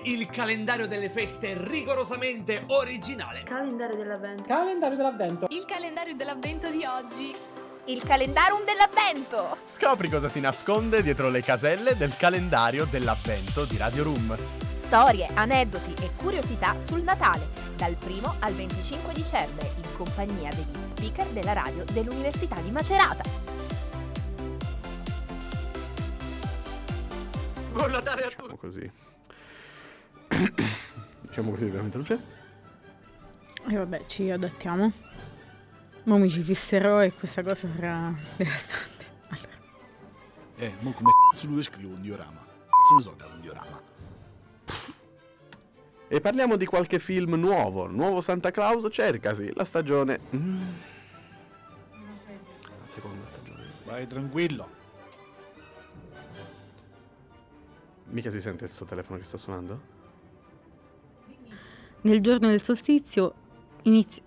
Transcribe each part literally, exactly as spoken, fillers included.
Il calendario delle feste rigorosamente originale. Calendario dell'avvento. Calendario dell'avvento. Il calendario dell'avvento di oggi. Il calendarium dell'avvento. Scopri cosa si nasconde dietro le caselle del calendario dell'avvento di Radio Room. Storie, aneddoti e curiosità sul Natale, dal primo al venticinque dicembre, in compagnia degli speaker della radio dell'Università di Macerata. Buon Natale a tutti. Diciamo così. Diciamo così, veramente non c'è. E vabbè, ci adattiamo. Ma mi ci fisserò e questa cosa sarà devastante. Allora. Eh, mo come cazzo lo descrivo un diorama? Cazzo ne so che è un diorama. E parliamo di qualche film nuovo. Nuovo Santa Claus, cercasi la stagione. Mm. La seconda stagione. Vai tranquillo. Mica si sente il suo telefono che sta suonando? Nel giorno del solstizio inizia.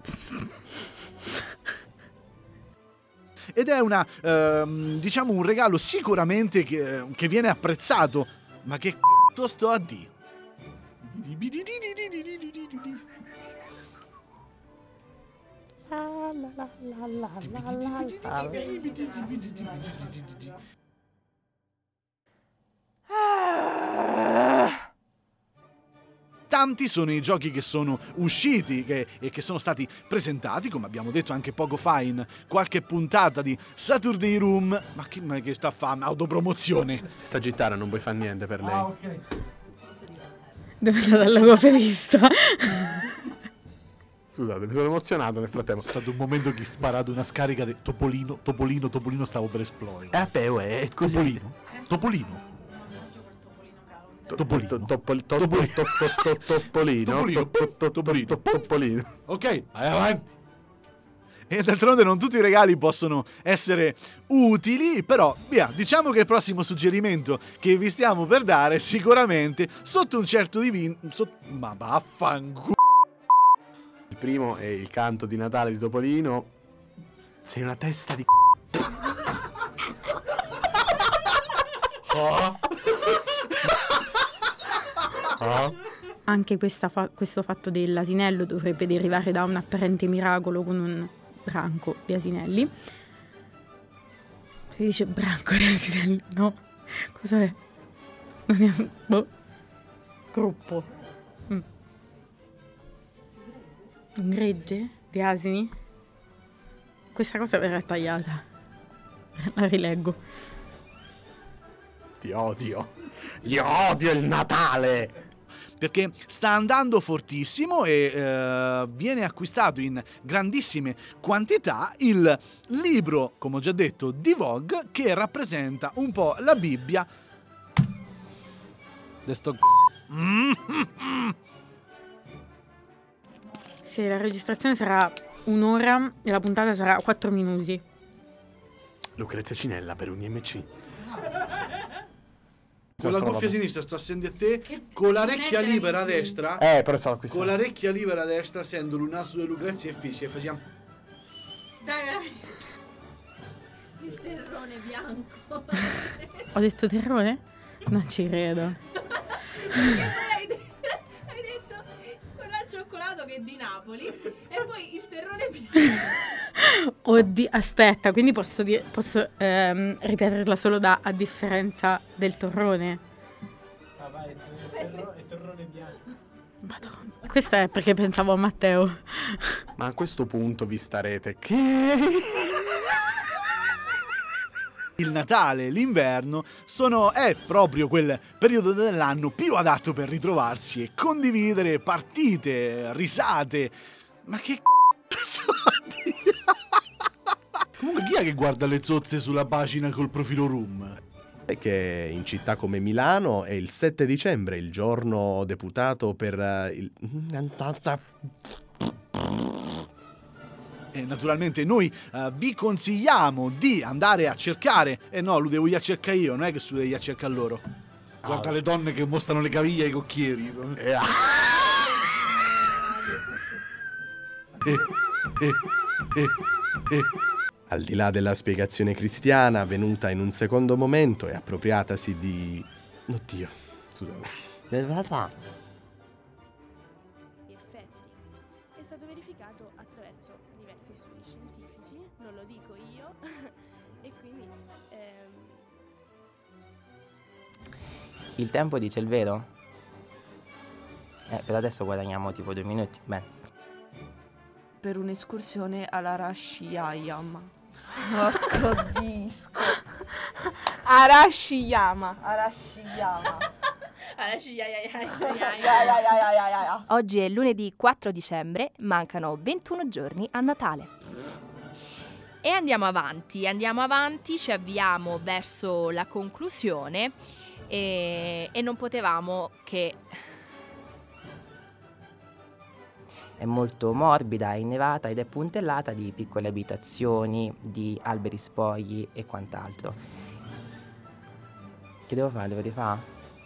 Ed è una, ehm, diciamo, un regalo sicuramente che, che viene apprezzato. Ma che cazzo sto a dire? Tanti sono i giochi che sono usciti che, e che sono stati presentati, come abbiamo detto anche poco fa in qualche puntata di Saturday Room. Ma che, ma che sta a fare? Autopromozione. Sta gittara, non puoi fare niente per lei. Ah, ok. Dove è andata il logopedista? Scusate, mi sono emozionato nel frattempo. È stato un momento che ho sparato una scarica di Topolino, Topolino, Topolino, stavo per esplodere. Eh beh, uè, è così. Topolino? Topolino? Topolino. Topolino. Topolino. Topolino. Topolino. Ok, vai avanti. E d'altronde non tutti i regali possono essere utili, però via, diciamo che il prossimo suggerimento che vi stiamo per dare sicuramente sotto un certo divino... Sotto... Ma vaffanculo. Il primo è il canto di Natale di Topolino. Sei una testa di Oh. oh. Anche questa fa- questo fatto dell'asinello dovrebbe derivare da un apparente miracolo con un branco di asinelli. Si dice branco di asinelli? No. Cosa è? Non è un... Boh. Gruppo. Mm. Un gregge di asini? Questa cosa verrà tagliata. La rileggo. Ti odio. Io odio il Natale. Perché sta andando fortissimo e eh, viene acquistato in grandissime quantità il libro, come ho già detto, di Vogue, che rappresenta un po' la Bibbia. Sto... Sì, la registrazione sarà un'ora e la puntata sarà quattro minuti. Lucrezia Cinella per un I M C. Con la cuffia sinistra sto assendi a te, con l'orecchia libera a destra. Eh, però stavo qui. Con l'orecchia libera a destra sento l'unasso di Lucrezia e Fisci e facciamo... Dai, il terrone bianco. Ho detto terrone? Non ci credo. hai, detto, hai detto quello al cioccolato che è di Napoli e poi il terrone bianco. Oddio, aspetta, quindi posso, dire, posso ehm, ripeterla solo da a differenza del torrone? Ah, vai, il terrone, il terrone bianco. Madonna, questa è perché pensavo a Matteo. Ma a questo punto vi starete che... Il Natale, l'inverno, sono, è proprio quel periodo dell'anno più adatto per ritrovarsi e condividere partite, risate. Ma che c***o Comunque chi è che guarda le zozze sulla pagina col profilo Room? È che in città come Milano è il sette dicembre, il giorno deputato per uh, il... E naturalmente noi uh, vi consigliamo di andare a cercare. Eh no, lo devo io a cercare io, non è che su devi a cercare loro. Guarda le donne che mostrano le caviglie ai cocchieri. Eh, ah. Eh, eh, eh, eh. Al di là della spiegazione cristiana, venuta in un secondo momento e appropriatasi di... Oddio, scusate. indicato attraverso diversi studi scientifici, non lo dico io, e quindi ehm... il tempo dice il vero? Eh, per adesso guadagniamo tipo due minuti, bene. Per un'escursione all'Arashiyama. Porco disco. Arashiyama. Arashiyama. Oggi è lunedì quattro dicembre, mancano ventuno giorni a Natale. E andiamo avanti, andiamo avanti, ci avviamo verso la conclusione e, e non potevamo che... È molto morbida, è innevata ed è puntellata di piccole abitazioni, di alberi spogli e quant'altro. Che devo fare? Devo rifare?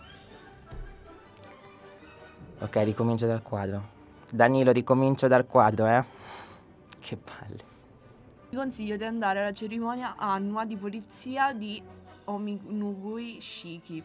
Ok, ricomincio dal quadro. Danilo, ricomincio dal quadro, eh? Che palle. Ti consiglio di andare alla cerimonia annua di polizia di Ominugui Shiki.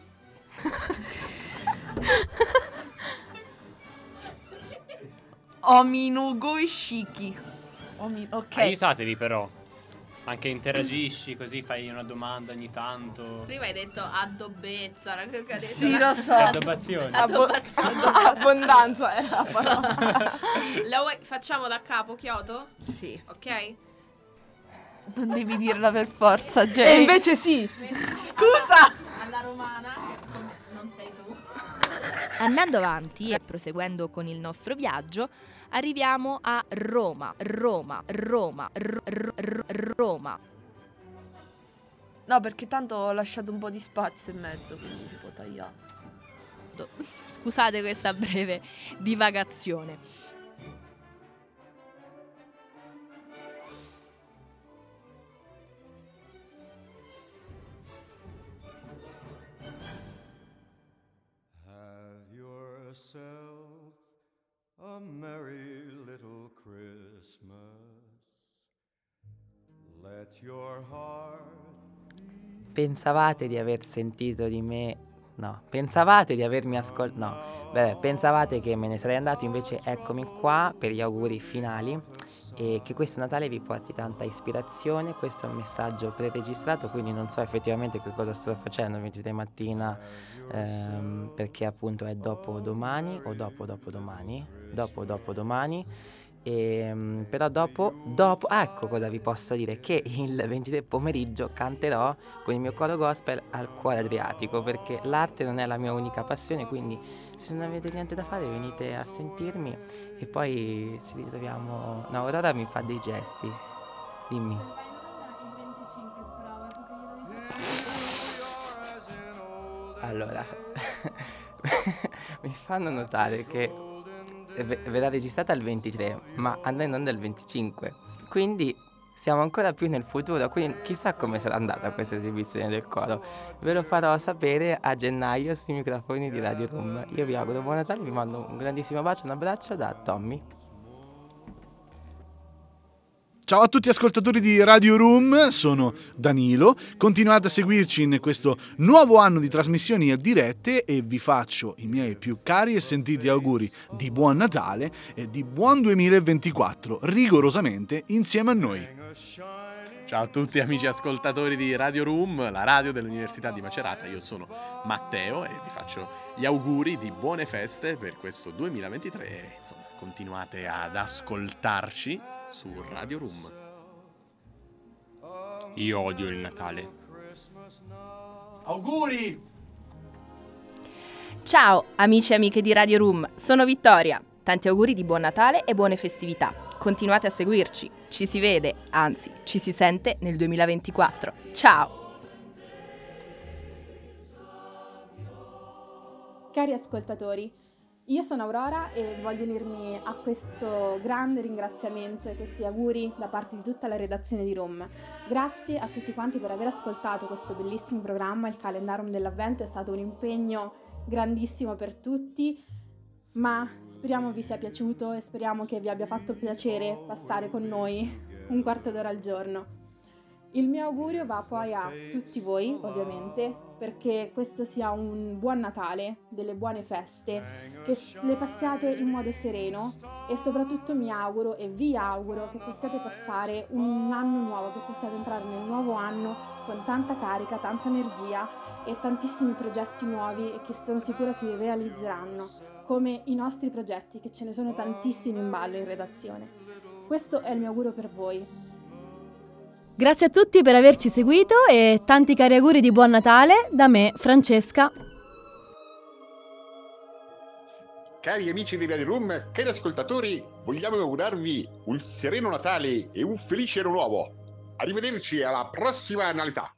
Ominugui Shiki. Omi- ok. Aiutatevi però. Anche interagisci, così fai una domanda ogni tanto. Prima hai detto addobbezza, una cosa che ha detto Sì, la- lo so. Addobbazione. Addobbazione. Abbondanza era la parola. La vuoi- facciamo da capo Kyoto? Sì. Ok? Non devi dirla per forza, E Jay. invece sì. Scusa. Alla romana, come non sei tu. Andando avanti e proseguendo con il nostro viaggio, arriviamo a Roma, Roma, Roma, R- R- R- Roma. No, perché tanto ho lasciato un po' di spazio in mezzo, quindi si può tagliare. Scusate questa breve divagazione. Have yourself a merry little Christmas. Let your heart. Pensavate di aver sentito di me? No. Pensavate di avermi ascoltato? No. Beh, pensavate che me ne sarei andato, invece eccomi qua per gli auguri finali e che questo Natale vi porti tanta ispirazione. Questo è un messaggio preregistrato, quindi non so effettivamente che cosa sto facendo ventitré mattina, ehm, perché appunto è dopo domani o dopo dopo domani, dopo dopo domani. E, però dopo, dopo, ah, ecco cosa vi posso dire, che il ventitré pomeriggio canterò con il mio coro gospel al Cuore Adriatico, perché l'arte non è la mia unica passione, quindi se non avete niente da fare venite a sentirmi e poi ci ritroviamo. No, Aurora mi fa dei gesti, dimmi. Il venticinque strava, tu che glielo dici? Allora, mi fanno notare che v- verrà registrata il ventitré, ma andrà in onda il venticinque, quindi siamo ancora più nel futuro, quindi chissà come sarà andata questa esibizione del coro. Ve lo farò sapere a gennaio sui microfoni di Radio Room. Io vi auguro buon Natale, vi mando un grandissimo bacio, un abbraccio da Tommy. Ciao a tutti ascoltatori di Radio Room, sono Danilo, continuate a seguirci in questo nuovo anno di trasmissioni dirette e vi faccio i miei più cari e sentiti auguri di buon Natale e di buon duemilaventiquattro, rigorosamente insieme a noi. Ciao a tutti amici ascoltatori di Radio Room, la radio dell'Università di Macerata. Io sono Matteo e vi faccio gli auguri di buone feste per questo duemilaventitré e insomma continuate ad ascoltarci su Radio Room. Io odio il Natale. Auguri! Ciao amici e amiche di Radio Room, sono Vittoria. Tanti auguri di buon Natale e buone festività. Continuate a seguirci, ci si vede, anzi ci si sente nel duemilaventiquattro. Ciao! Cari ascoltatori, io sono Aurora e voglio unirmi a questo grande ringraziamento e questi auguri da parte di tutta la redazione di Room. Grazie a tutti quanti per aver ascoltato questo bellissimo programma. Il calendarium dell'avvento è stato un impegno grandissimo per tutti, ma speriamo vi sia piaciuto e speriamo che vi abbia fatto piacere passare con noi un quarto d'ora al giorno. Il mio augurio va poi a tutti voi, ovviamente, perché questo sia un buon Natale, delle buone feste, che s- le passiate in modo sereno e soprattutto mi auguro e vi auguro che possiate passare un anno nuovo, che possiate entrare nel nuovo anno con tanta carica, tanta energia e tantissimi progetti nuovi e che sono sicura si realizzeranno, come i nostri progetti, che ce ne sono tantissimi in ballo in redazione. Questo è il mio augurio per voi. Grazie a tutti per averci seguito e tanti cari auguri di buon Natale da me, Francesca. Cari amici di Radio Room, cari ascoltatori, vogliamo augurarvi un sereno Natale e un felice anno nuovo. Arrivederci alla prossima annualità.